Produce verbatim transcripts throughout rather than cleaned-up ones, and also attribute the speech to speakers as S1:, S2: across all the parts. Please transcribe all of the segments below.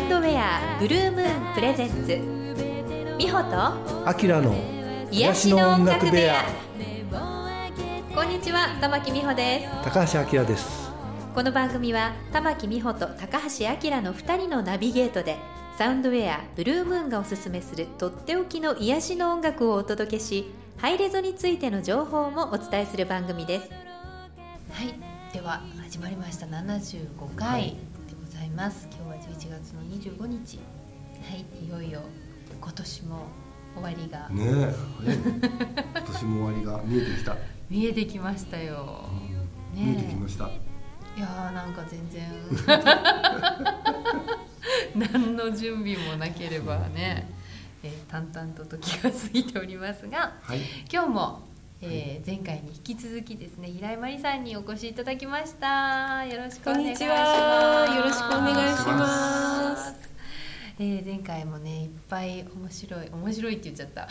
S1: ンドウェアブルームーンプレゼンツ美穂と
S2: アキラの
S1: 癒しの音楽部屋。こんにちは、玉木美穂です。
S2: 高橋明です。
S1: この番組は玉木美穂と高橋明のふたりのナビゲートでサウンドウェアブルームーンがおすすめするとっておきの癒しの音楽をお届けし、ハイレゾについての情報もお伝えする番組です。はい、では始まりましたななじゅうごかいでございます。今日はじゅういちがつのにじゅうごにち、はい、いよいよ今年も終わりが
S2: ねえ、今年も終わりが見えてきた
S1: 見えてきましたよ、
S2: うん、ね、見えてきました。
S1: いやー、なんか全然何の準備もなければね、えー、淡々と時が過ぎておりますが、はい、今日も、えー、前回に引き続きですね、平井真理さんにお越しいただきました。よろしくお願いします。こんにちは、よろしくお願いします。えー、前回もね、いっぱい面白い面白いって言っちゃった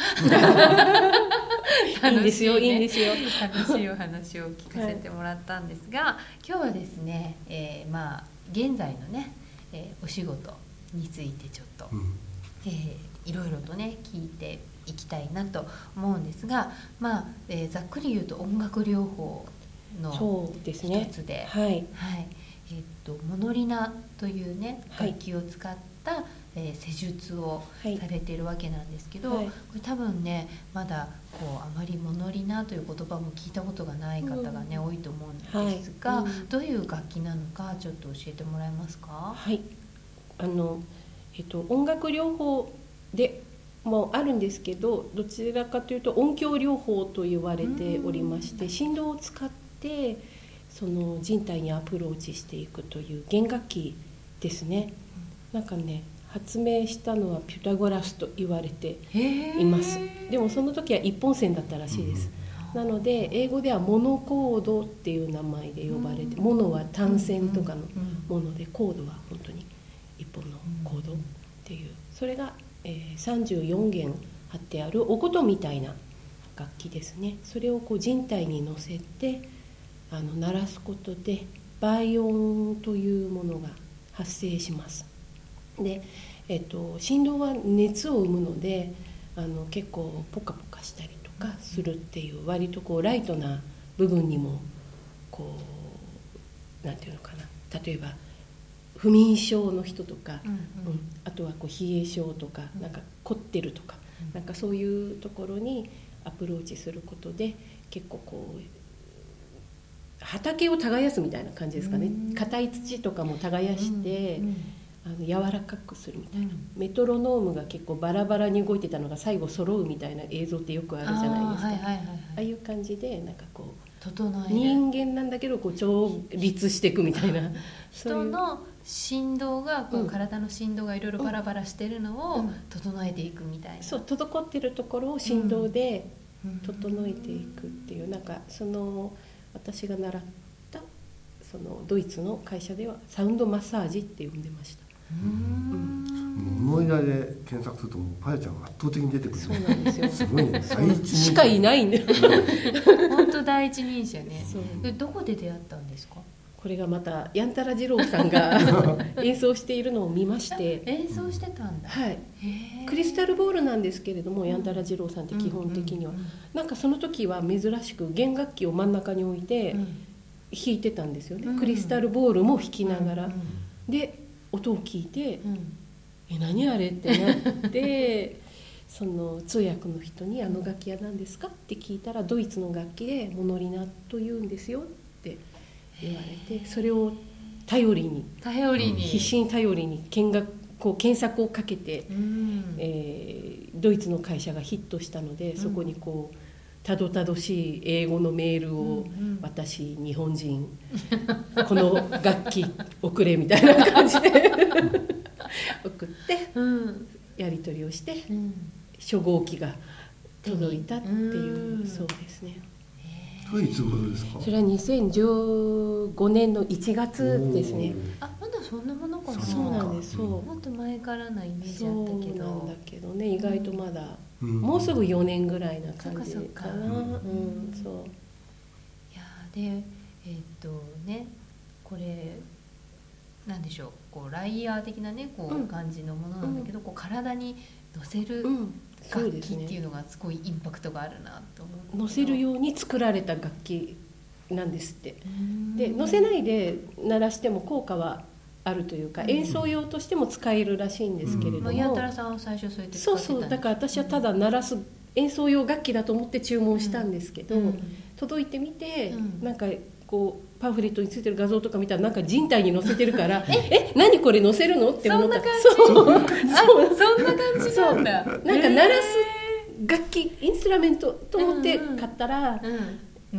S3: いいんですよ、いいんですよ、
S1: 楽しいお話を聞かせてもらったんですが、はい、今日はですね、えー、まあ現在のね、えー、お仕事についてちょっと、うん、えー、いろいろとね聞いていきたいなと思うんですが、まあ、えー、ざっくり言うと音楽療法の一つで、
S3: はい、
S1: はい、えー、っとモノリナというね楽器を使った、はい、えー、施術をされているわけなんですけど、はい、これ多分ねまだこうあまりモノリナという言葉も聞いたことがない方がね、うん、多いと思うんですが、はい、うん、どういう楽器なのかちょっと教えてもらえますか？
S3: はい、あの、えっと、音楽療法でもあるんですけど、どちらかというと音響療法と言われておりまして、振動を使ってその人体にアプローチしていくという弦楽器ですね。なんかね、発明したのはピタゴラスと言われています。でもその時は一本線だったらしいです。なので英語ではモノコードっていう名前で呼ばれて、モノは単線とかのもので、コードは本当に一本のコードっていう、それが、えー、さんじゅうよんげん貼ってあるお琴みたいな楽器ですね。それをこう人体に乗せてあの鳴らすことで倍音というものが発生します。で、えっと、振動は熱を生むので、あの結構ポカポカしたりとかするっていう、割とこうライトな部分にもこうなんていうのかな、例えば不眠症の人とか、うんうんうん、あとはこう冷え性とか、なんか凝ってるとか、うん、なんかそういうところにアプローチすることで結構こう畑を耕すみたいな感じですかね。硬い土とかも耕して、うんうん、あの柔らかくするみたいな、うん、メトロノームが結構バラバラに動いてたのが最後揃うみたいな映像ってよくあるじゃないですか。 あ,、はいはいはいはい、ああいう感じでなんかこう
S1: 整える、
S3: 人間なんだけどこう調律していくみたいな
S1: 人の振動がこう、うん、体の振動がいろいろバラバラしてるのを整えていくみたいな、うん、
S3: そう、滞ってるところを振動で整えていくっていう、なんかその私が習ったそのドイツの会社ではサウンドマッサージって呼んでました。
S2: うん、モノリナで検索するともうパヤちゃんが圧倒的に出てくる、ね、
S3: そうなんですよ。
S2: すごいね、第一人者
S3: しかいないんだよ
S1: 本当第一人者ね。でどこで出会ったんですか？
S3: これがまたヤンタラ二郎さんが演奏しているのを見まして
S1: 演奏してたんだ、
S3: はい、クリスタルボールなんですけれども、うん、ヤンタラ二郎さんって基本的には、うんうんうん、なんかその時は珍しく弦楽器を真ん中に置いて弾いてたんですよね、うん、クリスタルボールも弾きながら、うんうん、で音を聞いて、うん、え何あれってなってその通訳の人にあの楽器は何ですかって聞いたら、ドイツの楽器でモノリナというんですよって言われて、それを頼りに
S1: 頼りに
S3: 必死に頼りに見学こう検索をかけて、うん、えー、ドイツの会社がヒットしたので、そこにこうたどたどしい英語のメールを、うんうん、私日本人この楽器送れみたいな感じで送って、うん、やり取りをして、うん、初号機が届いたっていう、うん、そうですね。
S2: それいつ頃ですか？
S3: それはにせんじゅうごねんのいちがつですね。
S1: あ、まだそんなものかな。
S3: そうなんです。そう、
S1: もっと前からなイメージあったけど、
S3: そうなんだけどね、意外とまだ、うん、もうすぐよねんぐらいな感じかな。うん、うん、そう。
S1: いやで、えー、っとね、これなんでしょう、こうライヤー的なねこう感じのものなんだけど、
S3: うん、
S1: こう体に乗せる楽器っていうのがすごいインパクトがあるなと思う。
S3: 乗せるように作られた楽器なんですって。で乗せないで鳴らしても効果はあるというか、演奏用としても使えるらしいんですけれども、
S1: 岩虎さんは最初そうやって使ってたんですか？
S3: そうそう、だから私はただ鳴らす演奏用楽器だと思って注文したんですけど、
S1: うんうん、
S3: 届いてみて、
S1: うん、
S3: なんかこうパンフレットについてる画像とか見たらなんか人体に載せてるからええ何これ載せるのって思った。
S1: そんな感じ。そうそんな感じなんだ。
S3: なんか鳴らす楽器インストラメントと思って買ったら、
S1: うんうん、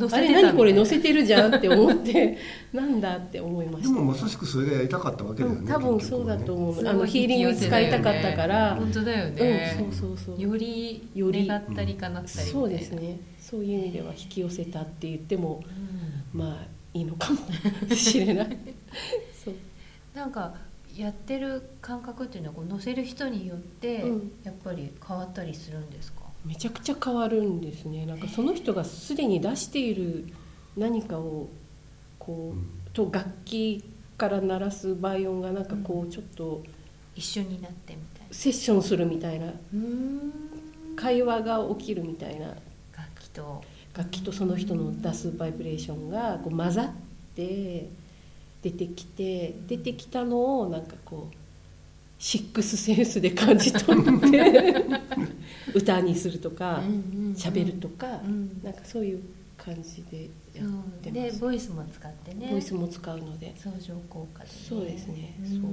S3: あれ何これ載せてるじゃんって思ってなんだって思いました。
S2: でもまさしくそれがやりたかったわけだよね、うん、
S3: 多分そうだと思う、ね、あのヒーリングに使いたかったから、
S1: 本当だよね、
S3: うん、そうそうそう、
S1: より願ったりかなったりみたいな、
S3: うん、そうですね、そういう意味では引き寄せたって言っても、うん、まあいいのかもしれないそう、
S1: なんかやってる感覚っていうのはこう乗せる人によってやっぱり変わったりするんですか？
S3: めちゃくちゃ変わるんですね。なんかその人がすでに出している何かをこうと楽器から鳴らす倍音がなんかこうちょっと
S1: 一緒になってみたいな、
S3: セッションするみたいな、
S1: うーん、
S3: 会話が起きるみたいな、
S1: 楽器と
S3: 楽器とその人の出すバイブレーションがこう混ざって出てきて、出てきたのをなんかこうシックスセンスで感じ取って歌にするとか喋るとか、なんかそういう感じでやってます。
S1: でボイスも使ってね、
S3: ボイスも使うので
S1: 相乗効果で、ね、
S3: そうですね、そう、うん、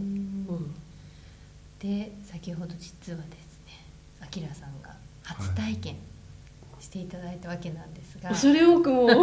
S1: で先ほど実はですね、あきらさんが初体験していただいたわけなんですが、
S3: 恐れ多くも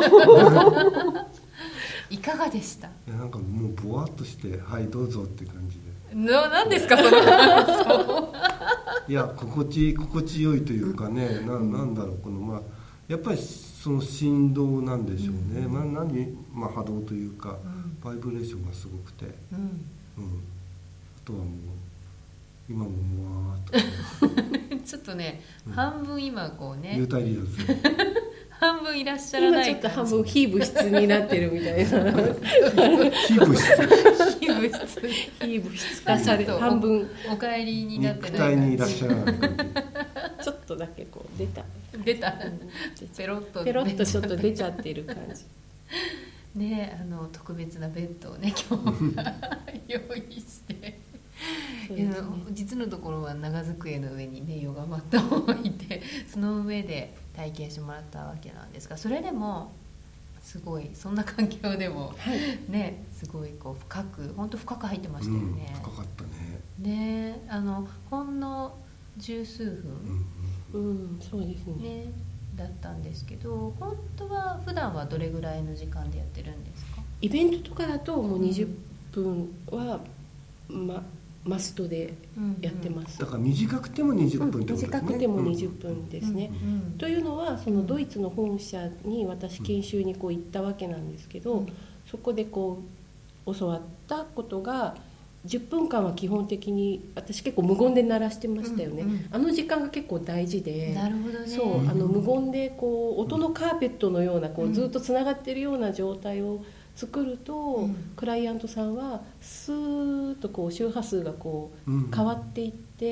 S1: いかがでした？
S2: いやなんかもうぼわっとしてはいどうぞって感じで、
S1: な何ですかその感想
S2: いや心地心地よいというかね、な, なんだろうこのまあやっぱりその振動なんでしょうね、うん、まあ、何、まあ、波動というか、うん、バイブレーションがすごくて、うんうん、あとはもう今ももわーっと
S1: ちょっとね、うん、半分今こうね
S2: 幽体離脱
S1: 半分いらっしゃらない
S3: 今ちょっと半分非物質になってるみたいな
S2: 非物質
S1: 非物質
S3: 非物質化され半分
S1: お帰りになってない
S2: 肉体にいらっしゃらない感
S3: じちょっとだけこう出た
S1: 出たペロッと
S3: ペロッとちょっと出ちゃってる感じ
S1: ね、あの特別なベッドをね今日は用意してそうですね、実のところは長机の上にねヨガマットを置いてその上で体験してもらったわけなんですが、それでもすごいそんな環境でも、はい、ねすごいこう深く本当深く入ってましたよね、
S2: うん、深かったね。
S1: ね、あのほんの十数分、
S3: うん、うん、そうですね、
S1: ねだったんですけど、本当は普段はどれぐらいの時間でやってるんですか？
S3: イベントとかだともうにじゅっぷんは、まマストでやってます、
S2: うんうん、だから短くてもにじゅっぷんってことですね、
S3: うん、短くてもにじゅっぷんですね、
S1: うんうん、と
S3: いうのはそのドイツの本社に私研修にこう行ったわけなんですけど、うん、そこでこう教わったことがじゅっぷんかんは基本的に私結構無言で鳴らしてましたよね、うんうん、あの時間が結構大事で、
S1: なるほどね、
S3: そうあの無言でこう音のカーペットのようなこうずっとつながってるような状態を作ると、うん、クライアントさんはスーッとこう周波数がこう変わっていって、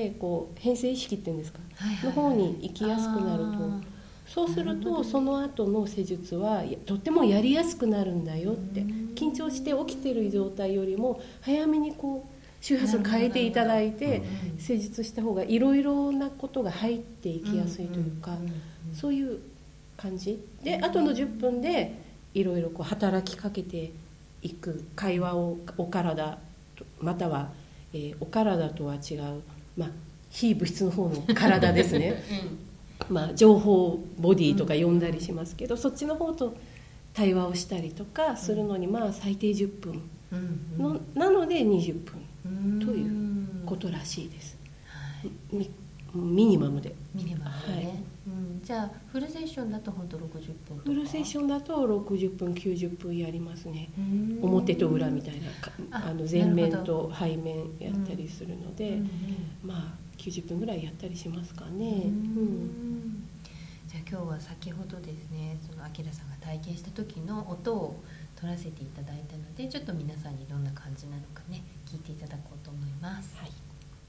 S3: うん、こう変性意識っていうんですか、はいはいはい、の方に行きやすくなると、そうするとその後の施術はとってもやりやすくなるんだよって、緊張して起きてる状態よりも早めにこう周波数変えていただいて施術した方がいろいろなことが入っていきやすいというか、そういう感じで、あとのじゅっぷんでいろいろこう働きかけていく会話をお体または、えー、お体とは違う、まあ、非物質の方の体ですね、うん、まあ、情報ボディとか呼んだりしますけど、うん、そっちの方と対話をしたりとかするのに、まあ最低じゅっぷんの、うんうん、なのでにじゅっぷんということらしいです、はい、ミ, ミニマムで
S1: ミニマムでね、はい、うん、じゃあフルセッションだと本当ろくじゅっぷんとか、
S3: フルセッションだとろくじゅっぷんきゅうじゅっぷんやりますね。表と裏みたいな、あの前面と背面やったりするので、うんうん、まあきゅうじゅっぷんぐらいやったりしますかね、うんうん、
S1: じゃあ今日は先ほどですね、そのあきらさんが体験した時の音を撮らせていただいたので、ちょっと皆さんにどんな感じなのかね聞いていただこうと思います。
S3: はい。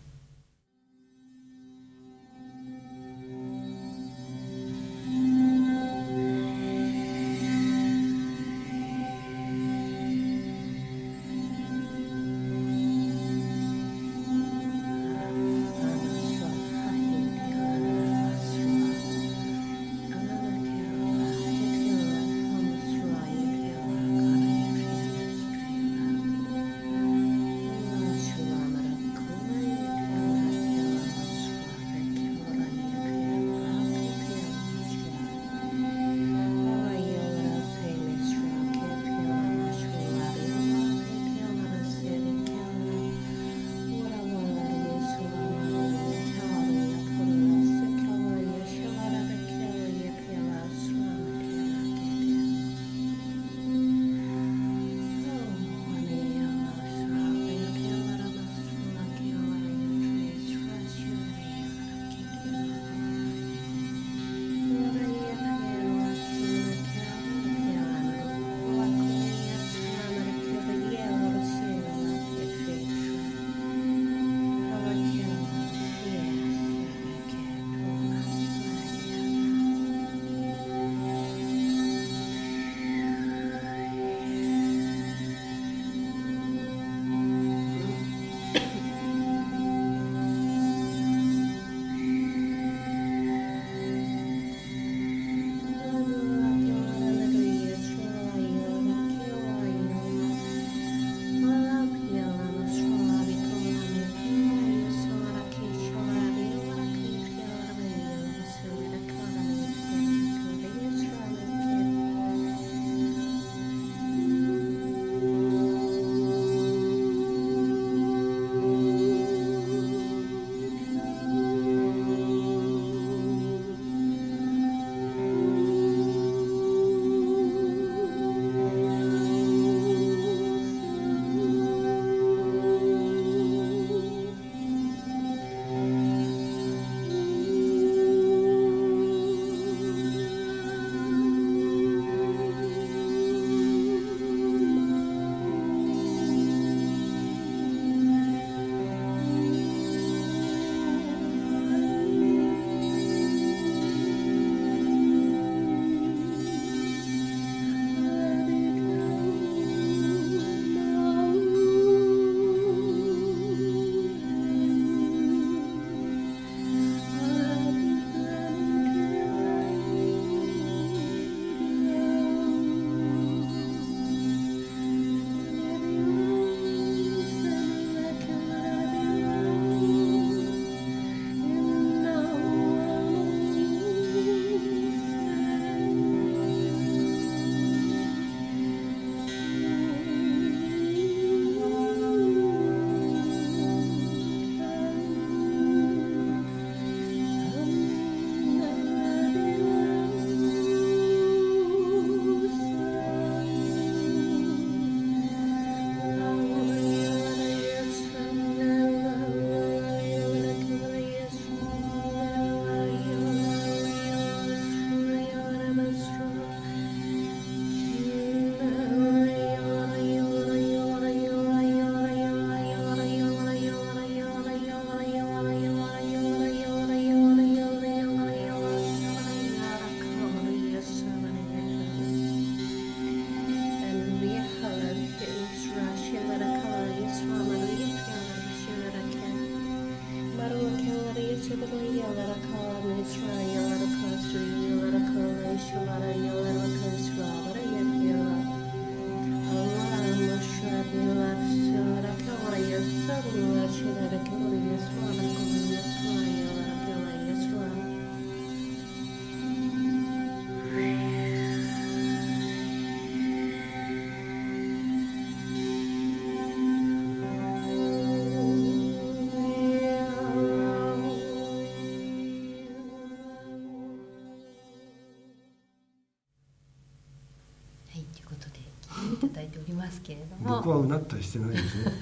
S1: けれども、
S2: 僕はうなったりしてないですね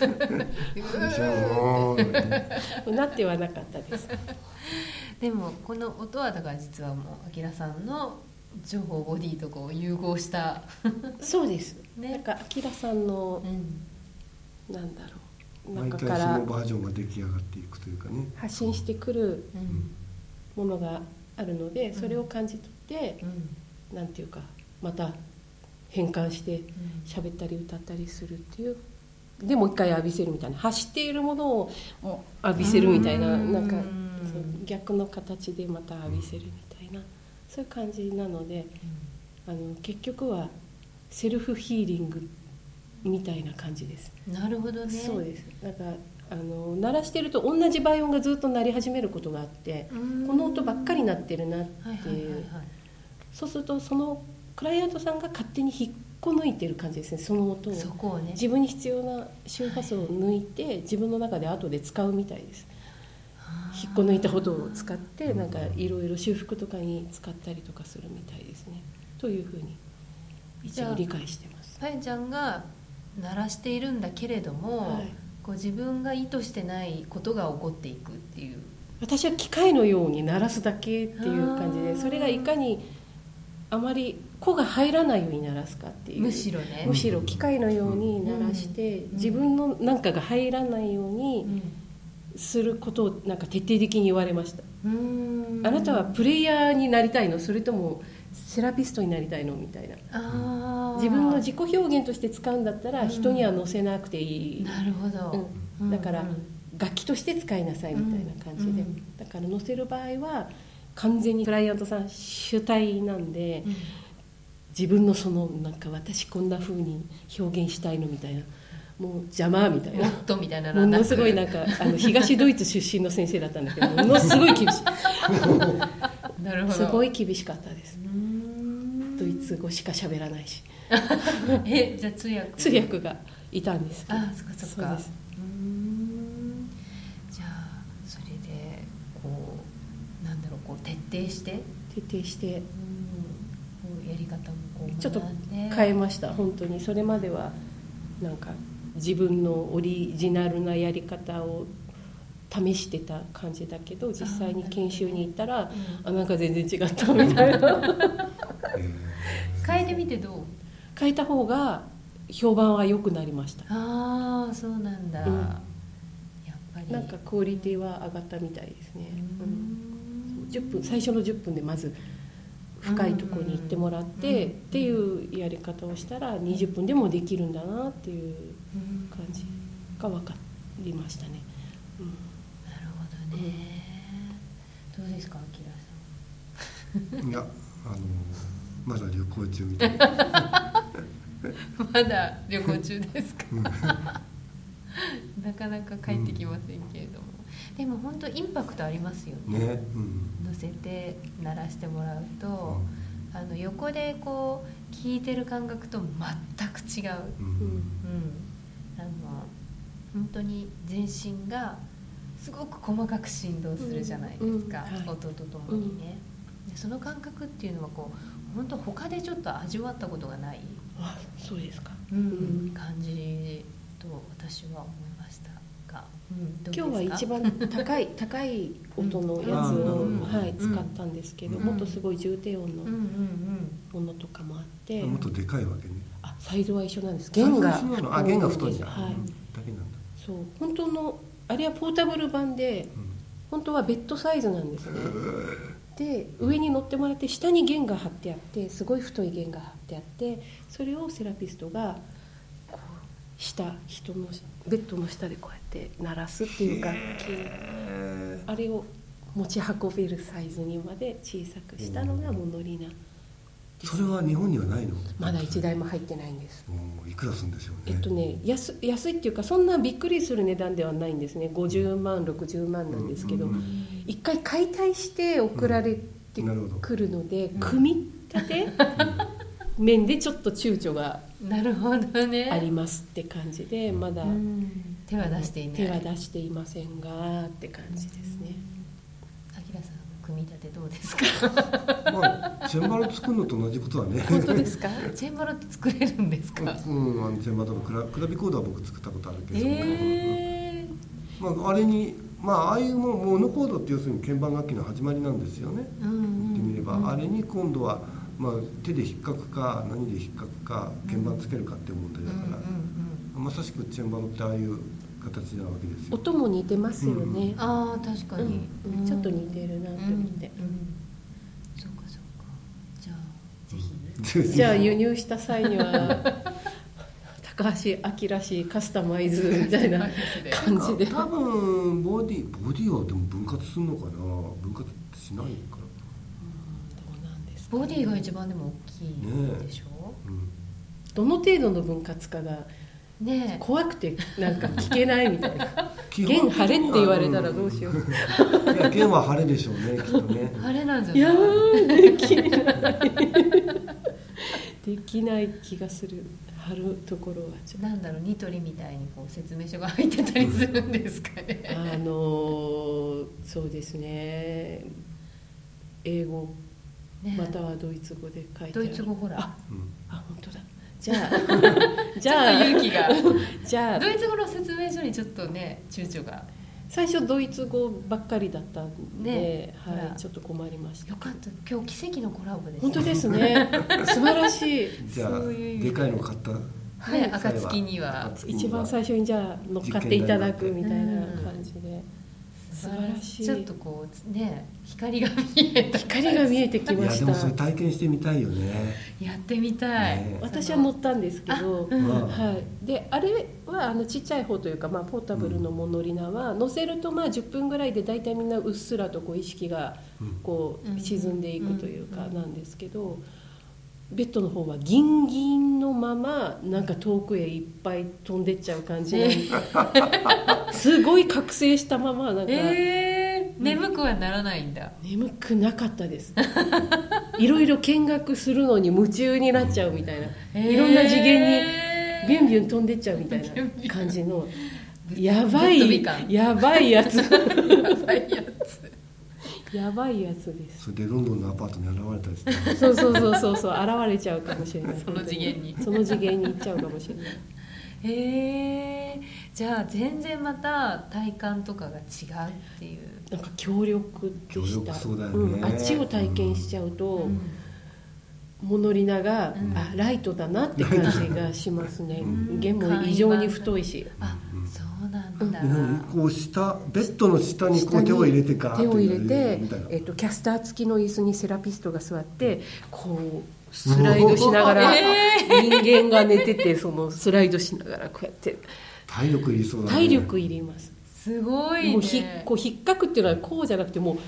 S3: うなってはなかったです
S1: でもこの音はだから実はもうあきらさんの情報ボディとこう融合した
S3: そうです、
S1: ね、
S3: なんかあきらさんの、
S1: うん、
S3: なんだろう
S2: 毎
S3: 中から
S2: 回そのバージョンが出来上がっていくというかね、
S3: 発信してくる
S1: うん
S3: ものがあるので、それを感じ取って、
S1: うん、
S3: なんていうかまた変換して喋ったり歌ったりするっていう、でもう一回浴びせるみたいな、発しているものをもう浴びせるみたいな、
S1: うん
S3: なんかそう逆の形でまた浴びせるみたいな、そういう感じなので、あの結局はセルフヒーリングみたいな感じです。
S1: なるほどね。
S3: そうです。なんかあの鳴らしてると同じ倍音がずっと鳴り始めることがあって、この音ばっかり鳴ってるなっていう、そうするとそのクライアントさんが勝手に引っこ抜いてる感じですね。その音を
S1: そこをね、
S3: 自分に必要な周波数を抜いて自分の中で後で使うみたいです。引っこ抜いた音を使ってなんかいろいろ修復とかに使ったりとかするみたいですね、というふうに一応理解してます。
S1: パエちゃんが鳴らしているんだけれども、はい、こう自分が意図してないことが起こっていくっていう、
S3: 私は機械のように鳴らすだけっていう感じで、それがいかにあまり子が入らないように鳴らすかっていう、
S1: むしろね、
S3: むしろ機械のように鳴らして、うん、自分のなんかが入らないようにすることをなんか徹底的に言われました。うーん、あなたはプレイヤーになりたいの、それともセラピストになりたいのみたいな。あ、自分の自己表現として使うんだったら人には載せなくていい、
S1: なるほど、
S3: うん、だから楽器として使いなさいみたいな感じで、うん、だから載せる場合は完全にクライアントさん主体なんで、うん、自分のそのなんか私こんな風に表現したいのみたいな、もう邪魔みたいな、
S1: もっとみたいな
S3: ものすごいなんかあの東ドイツ出身の先生だったんだけど、ものすごい厳しい
S1: なるほど、
S3: すごい厳しかったです。ドイツ語しか喋らないし
S1: え、じゃあ通訳
S3: 通訳がいたんですけど、
S1: あ、そっかそっか、うーん、じゃあそれでこうなんだろう、こう徹底して
S3: 徹底して、うん、
S1: こうやり方もこう
S3: ちょっと変えました。本当にそれまではなんか自分のオリジナルなやり方を試してた感じだけど、実際に研修に行ったら あ,、うん、あなんか全然違ったみたいな
S1: 変えてみてどう？
S3: 変えた方が評判は良くなりました。
S1: ああ、そうなんだ、うん、やっぱり
S3: なんかクオリティは上がったみたいですね。うん、じゅっぷん、最初のじゅっぷんでまず深いところに行ってもらってっていうやり方をしたらにじゅっぷんでもできるんだなっていう感じが分かりましたね。うん、
S1: なるほどね、うん、どうですか、あきらさん？
S2: いや、あのまだ旅行中みたいな
S1: まだ旅行中ですかなかなか帰ってきませんけれども、うん、でも本当インパクトありますよね。
S2: ね、うん、
S1: 乗せて鳴らしてもらうと、うん、あの横でこう聞いてる感覚と全く違う、うんうん、あの本当に全身がすごく細かく振動するじゃないですか、うんうん、はい、音とともにね、うん、でその感覚っていうのはこう本当他でちょっと味わったことがない、
S3: あ、そうですか、
S1: うん、感じと私は思いましたが、うん、どうですか？
S3: 今日は一番高い高い音のやつを、うん、はい、使ったんですけど、うん、もっとすごい重低音のものとかもあって、
S2: もっとでかいわけね。
S3: あ、サイズは一緒なんです。弦が
S2: あ、弦が太いんだ、
S3: はい、だけなんだ。そう、本当のあれはポータブル版で、うん、本当はベッドサイズなんですね。で上に乗ってもらって下に弦が張ってあって、すごい太い弦が張ってあって、それをセラピストがこう下人のベッドの下でこうやって鳴らすっていう楽器、あれを持ち運べるサイズにまで小さくしたのがモノリナ。
S2: それは日本にはないの？
S3: まだ一台も入ってないんです。
S2: いくらするんですよね。
S3: えっとね、安、安いっていうかそんなびっくりする値段ではないんですね。ごじゅうまんろくじゅうまんなんですけど、一回解体して送られてくるので、うん、組み立て、うん、面でちょっと躊躇が
S1: なるほどね
S3: ありますって感じで、まだ、うん、
S1: 手は出していない
S3: 手は出していませんがって感じですね。
S1: あきらさん、組み立てどうですか？
S2: まあ、チェンバロ作るのと同じことはね。
S3: 本当ですか？
S1: チェンバロって作れるんですか？
S2: うん、あのチェンバロのクラ、クラビコードは僕作ったことあるけど、
S1: え
S2: ーまあ、あれに、まあ、ああいうモノコードって要するに鍵盤楽器の始まりなんですよね、うんうんうん、言ってみれば、あれに今度はまあ、手で引っかくか何で引っかくか鍵盤つけるかっていう問題だから、うんうんうん、まさしくチェンバロってああいう形なわけですよ。
S3: 音も似てますよね、
S1: うん、ああ確かに、
S3: うん、ちょっと似てるなと思って、うんうん、
S1: そうかそうか。じゃあぜひ
S3: じゃあ輸入した際には高橋明氏カスタマイズみたいな感じで
S2: 多分ボディボディはでも分割するのかな、分割しないから、
S3: うん、どうなんですか、
S1: ボディが一番でも大きいでしょ、ね、うん、
S3: どの程度の分割かがね、怖くてなんか聞けないみたいな弦晴れって言われたらどうしよう
S2: いや弦は晴れでしょうねきっとね
S1: 晴れなんじゃない？
S3: いやーできないできない気がする。貼るところはちょっと
S1: なんだろう、ニトリみたいにこう説明書が入ってたりするんですかね
S3: あのそうですね、英語、ね、またはドイツ語で書いてある。
S1: ドイツ語ほら
S3: あ,、うん、あ本当だ。じゃあじゃあ
S1: 勇気が
S3: じゃあ
S1: ドイツ語の説明書にちょっとね躊躇が。
S3: 最初ドイツ語ばっかりだったんで、
S1: ね、
S3: はい、ちょっと困りました。
S1: よかった、今日奇跡のコラボです。
S3: 本当ですね素晴らしい。
S2: じゃあでかいの買った、
S1: はい、暁には
S3: 一番最初にじゃあ乗っかっていただくみたいな感じで、
S1: 素晴らしい。ちょっとこうね、光が見えた。
S3: 光が見えてきました。
S2: いやでもそれ体験してみたいよね。
S1: やってみたい。
S3: ね、私は乗ったんですけど、うん、はい。であれはあのちっちゃい方というか、まあ、ポータブルのモノリナは、うん、乗せるとまあじゅっぷんぐらいでだいたいみんなうっすらとこう意識がこう沈んでいくというかなんですけど、ベッドの方はギンギンのままなんか遠くへいっぱい飛んでっちゃう感じで、すごい覚醒したままなんか、
S1: えー、眠くはならないんだ。
S3: 眠くなかったですいろいろ見学するのに夢中になっちゃうみたいな、えー、いろんな次元にビュンビュン飛んでっちゃうみたいな感じのやばいやばいやつやばいやつやばいやつです。
S2: それでロンドンのアパートに現れたりして
S3: そうそうそうそうそう現れちゃうかもしれない
S1: その次元に
S3: その次元に行っちゃうかもしれない
S1: へえー、じゃあ全然また体感とかが違うっていう。
S3: なんか強力でした。
S2: 強力そうだよね、
S3: うん、あっちを体験しちゃうと、うん、モノリナが、うん、あライトだなって感じがしますね、うん、弦も異常に太いし、
S1: あそうなんだ、
S2: うん、こう下ベッドの下にこう手を入れてか
S3: 手を入れて、えっと、キャスター付きの椅子にセラピストが座ってこうスライドしながら、人間が寝ててそのスライドしながらこうやって
S2: 体力いりそうだね。
S3: 体力いります。
S1: すごいね。
S3: もうひこう引っかくっていうのはこうじゃなくてもう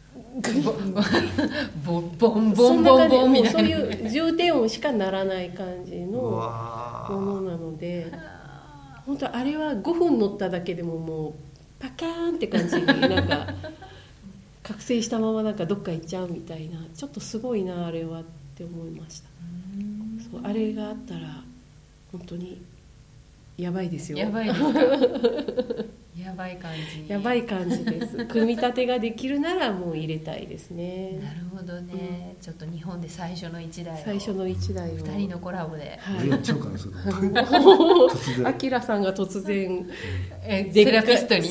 S1: ボンボンボンボンボンみたいな、
S3: そういう重低音しかならない感じのものなので、本当あれはごふん乗っただけでももうパカーンって感じになんか覚醒したままなんかどっか行っちゃうみたいな、ちょっとすごいなあれはって思いました。そうあれがあったら本当にやばいですよ。
S1: やばいですかやばい感じ。
S3: やばい感じです。組み立てができるならもう入れたいですね。
S1: なるほどね、うん、ちょっと日本で最初の一台を
S3: 最初の一台を
S1: ふたりのコラボで、
S2: はい、やっちゃうかなそれ
S3: あきらさんが突然
S1: えセラピストに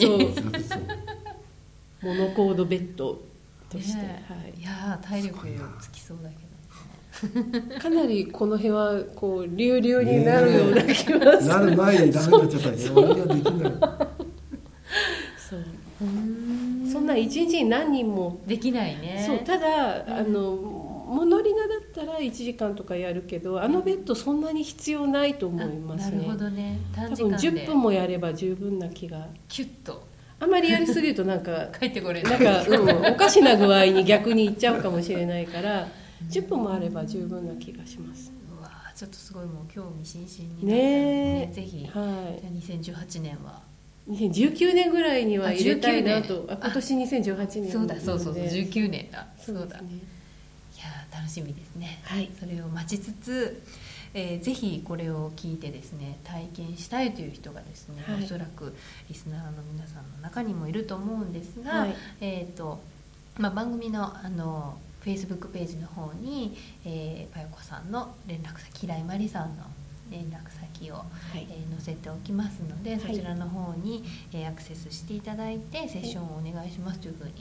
S3: モノコードベッドとして、
S1: ねはい、いや体力つきそうだけど
S3: かなりこの辺はこう流々になるような気がする、
S2: なる前にダメになっちゃったりそれはできない
S3: そうそんないちにちに何人も
S1: できないね。
S3: そうただ、うん、あのモノリナだったらいちじかんとかやるけどあのベッドそんなに必要ないと思いますね。
S1: なるほどね。短時間で
S3: 多分じゅっぷんもやれば十分な気が。
S1: キュッと
S3: あんまりやりすぎるとなんか
S1: 帰ってこれ
S3: なんか、うん、おかしな具合に逆にいっちゃうかもしれないからじゅっぷんもあれば十分な気がします。
S1: うわちょっとすごいもう興味津々に
S3: なったので、ね、
S1: ぜひ、
S3: はい、
S1: じゃあにせんじゅうはちねんは
S3: にせんじゅうきゅうねんぐらいには入れたいなと。あ今年にせんじゅうはちねん
S1: そうだそうそうそうじゅうきゅうねんだ
S3: そうだ、ね、
S1: そうだいや楽しみですね、
S3: はい、
S1: それを待ちつつ、えー、ぜひこれを聞いてですね体験したいという人がですね、はい、おそらくリスナーの皆さんの中にもいると思うんですが、はい、えーとまあ、番組のあのフェイスブックページの方に、えー、パヨコさんの連絡先平井真理さんの連絡先を、はいえー、載せておきますので、はい、そちらの方に、えー、アクセスしていただいてセッションをお願いしますというふうに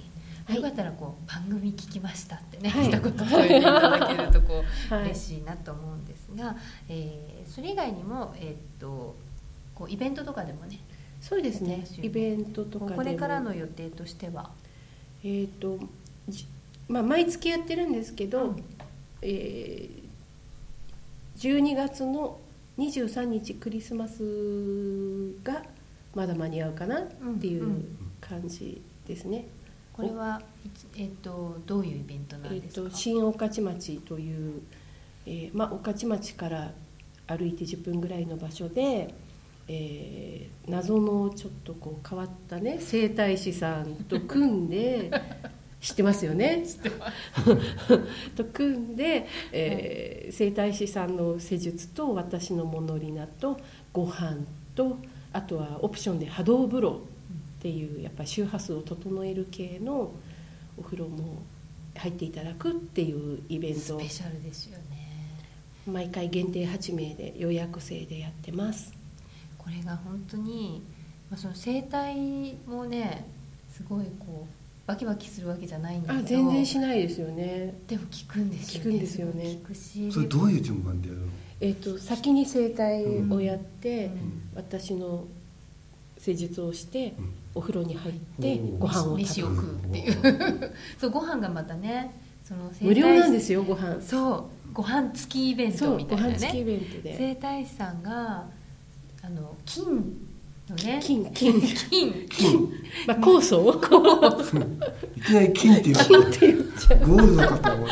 S3: はい、
S1: よかったらこう番組聞きましたってね、
S3: はい、
S1: 一言添えていただけるとこう、
S3: はい、
S1: 嬉しいなと思うんですが、えー、それ以外にも、えー、っとこうイベントとかでもね。
S3: そうですね、イベントとかでも
S1: これからの予定としては、
S3: えーとまあ、毎月やってるんですけど、
S1: うん
S3: えー、じゅうにがつのにじゅうさんにちクリスマスがまだ間に合うかなっていう感じですね。
S1: これは、えー、とどういうイベントなんですか？
S3: えーと新御徒町という、えーまあ、御徒町から歩いてじゅっぷんぐらいの場所で、えー、謎のちょっとこう変わったね整体師さんと組んで知ってますよね
S1: 知ってます
S3: と組んで、えー、整体師さんの施術と私のモノリナとご飯とあとはオプションで波動風呂っていうやっぱり周波数を整える系のお風呂も入っていただくっていうイベント
S1: スペシャルですよね。
S3: 毎回限定はちめいで予約制でやってます。
S1: これが本当に、まあ、その整体もねすごいこうバキバキするわけじゃないんだけど、
S3: あ全然しないですよね。
S1: でも効くんですよね。
S3: 効くんですよね。
S1: 効くし、
S2: それどういう順番でやるの？
S3: えー、と先に整体をやって、
S1: うん、
S3: 私の施術をして、うん、お風呂に入って
S2: うん、
S3: ご飯を食べる、
S1: 飯を食うっていうそうご飯がまたねその整体
S3: 無料なんですよ。ご飯
S1: そうご飯付きイベントみたいなね。
S3: ご飯付きイベントで
S1: 整体師さんがあの金のね
S3: 金金
S1: 金
S2: 金
S3: まあ酵素を
S1: 酵素
S2: いきなり金って言う
S3: 金って言っちゃう
S2: ゴールドかと思う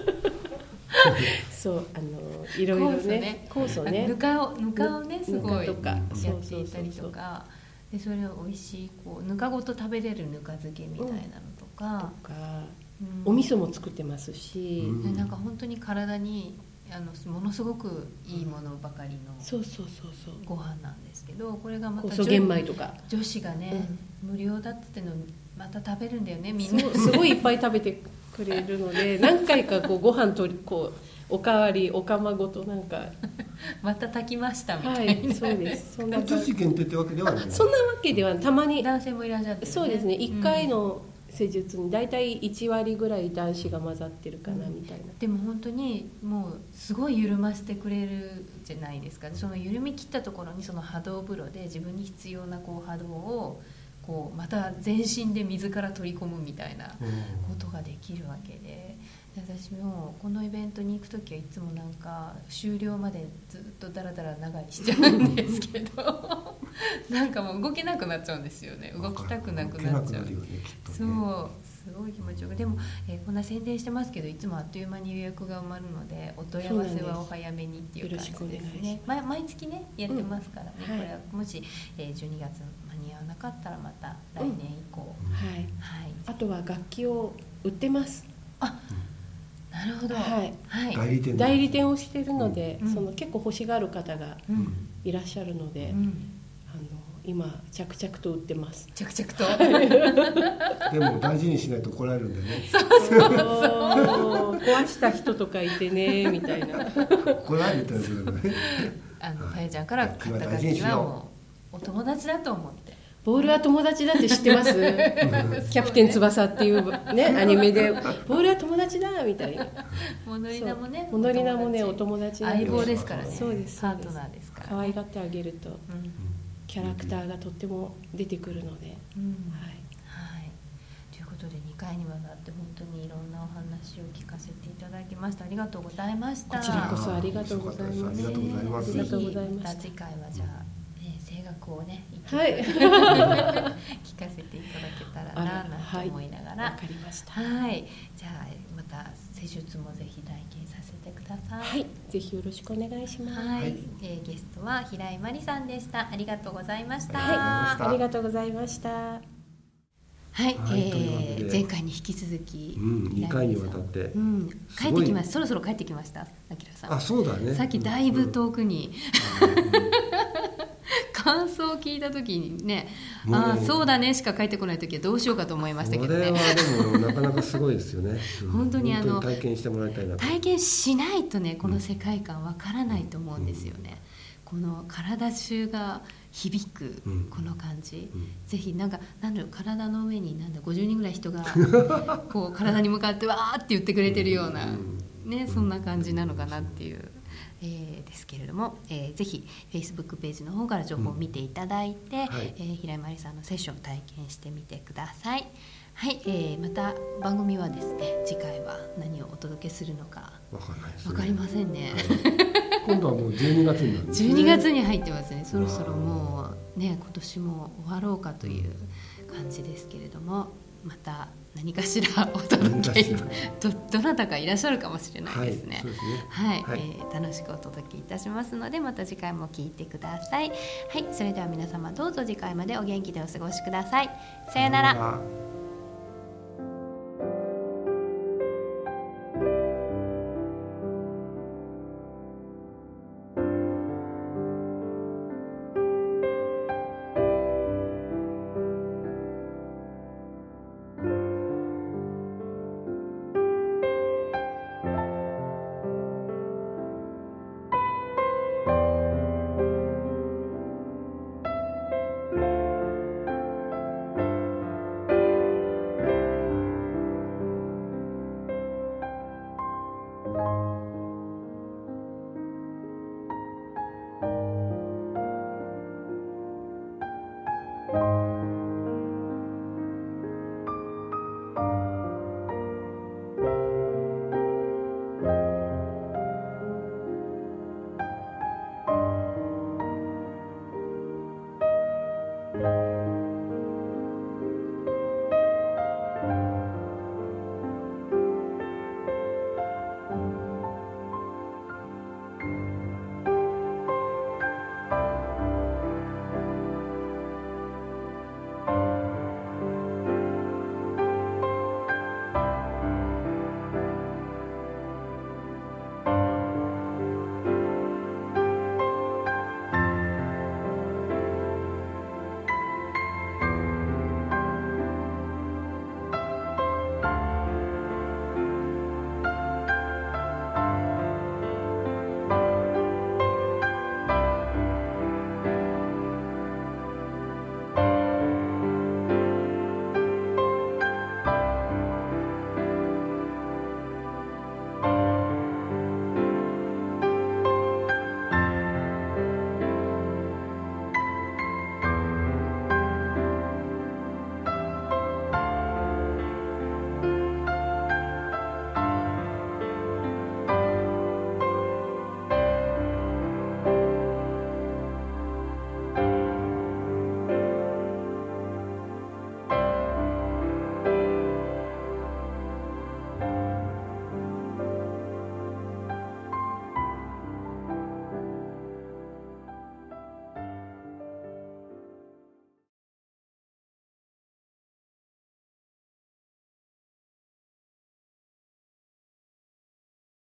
S3: そうあのいろいろね酵素ね
S1: ぬかをぬかをねすごいや
S3: とか
S1: っていたりとかでそれを美味しいこうぬかごと食べれるぬか漬けみたいなのとか、
S3: とか、
S1: うん、
S3: お味噌も作ってますし、
S2: うん、
S1: なんか本当に体にあのものすごくいいものばかりの
S3: そうそうそうそう
S1: ご飯なんですけど、これがまた
S3: 酵素玄米とか
S1: 女子がね、うん、無料だってのまた食べるんだよねみんな。
S3: すごいいっぱい食べてくれるので何回かこうご飯とこうおかわりおかまごとなんか
S1: また炊きましたみたいな、
S3: はい、そうですそんな
S2: 女子限定ってわけではない。
S3: そんなわけではたまに
S1: 男性もいらっしゃって、ね、
S3: そうですねいっかいの施術に大体いちわりぐらい男子が混ざってるかなみたいな、
S1: うん、でも本当にもうすごい緩ませてくれるじゃないですか。その緩み切ったところにその波動風呂で自分に必要なこう波動をこうまた全身で水から取り込むみたいなことができるわけで、私もこのイベントに行くときはいつもなんか終了までずっとダラダラ長居しちゃうんですけどなんかもう動けなくなっちゃうんですよね。動きたくなくなっちゃう、ねね、そうすごい気持ちよく。でも、えー、こんな宣伝してますけどいつもあっという間に予約が埋まるのでお問い合わせはお早めにっていう感じですね。ま、毎月ねやってますからね、うん、これはもし、えー、じゅうにがつ間に合わなかったらまた来年以降、
S3: うん、はい、はい、あとは楽器を売ってます。
S1: あ、なるほど、
S3: はい
S1: はい、
S2: 代理店
S3: 代理店をしているので、
S1: うん、
S3: その結構欲しがる方がいらっしゃるので、うん、あの今着々と売ってます。
S1: 着々と
S2: でも大事にしないと怒られるんだよね。
S3: そうそうそう壊した人とかいてねみたいな
S2: 怒られたりするね。
S1: あのパヤちゃんから買った楽器はもうお友達だと思って
S3: ボールは友達だって知ってますキャプテン翼っていう、ね、アニメでボールは友達だみたいな。
S1: モノリナもね
S3: モノリナもねお友達
S1: 相棒ですからね。
S3: そうです
S1: パートナーですから、ね、
S3: 可愛がってあげると、うん、キャラクターがとっても出てくるので、
S1: うん、はい、はい、ということでにかいにわたって本当にいろんなお話を聞かせていただきました。ありがとうございました。
S3: こちらこそありがとうございます。
S2: ありがとうございます。
S3: ありがとうございま
S1: した。次回はじゃあ声楽をね、
S3: はい、
S1: 聞かせていただけたらななんて思いながら、
S3: わかりました。
S1: はい、じゃあまた施術もぜひ体験させてください。
S3: はい、ぜひよろしくお願いします。
S1: はい、えー、ゲストは平井真理さんでした。ありがとうございました。
S3: はい、ありがとうございました。
S1: はい、はい、えー、前回に引き続き、
S2: うん、にかいにわたって、
S1: うん、帰ってきました。そろそろ帰ってきました。あきらさん。
S2: あ、そうだね。
S1: さっきだいぶ遠くに、うん感想を聞いた時にね、ああそうだねしか返ってこない時はどうしようかと思いましたけどね。
S2: これはでもなかなかすごいですよね。
S1: 本当にあの
S2: 体験してもらいたいなと。
S1: 体験しないとねこの世界観わからないと思うんですよね。うん、この体中が響く
S2: うん
S1: この感じ、
S2: うん
S1: ぜひなんかなんだろう、体の上になんだごじゅうにんぐらい人がこう体に向かってわーって言ってくれてるような、ね、そんな感じなのかなっていう、えーですけれども、えーぜひ Facebook ページの方から情報を見ていただいて、
S2: はい
S1: えー平井真理さんのセッションを体験してみてください。はい、えーまた番組はですね、次回は何をお届けするのか
S2: わかんないですね。
S1: 分かりませんね。
S2: 今度はもうじゅうにがつになるんですね。
S1: じゅうにがつに入ってますね。そろそろもうね、今年も終わろうかという感じですけれども、また何かしらお届け
S2: 何か
S1: どどなたかいらっしゃるかもしれないですね。
S2: はい、そうですね。
S1: はい、
S2: はい
S1: えー楽しくお届けいたしますので、また次回も聞いてください。はい、それでは皆様どうぞ次回までお元気でお過ごしください。さようなら。
S2: はい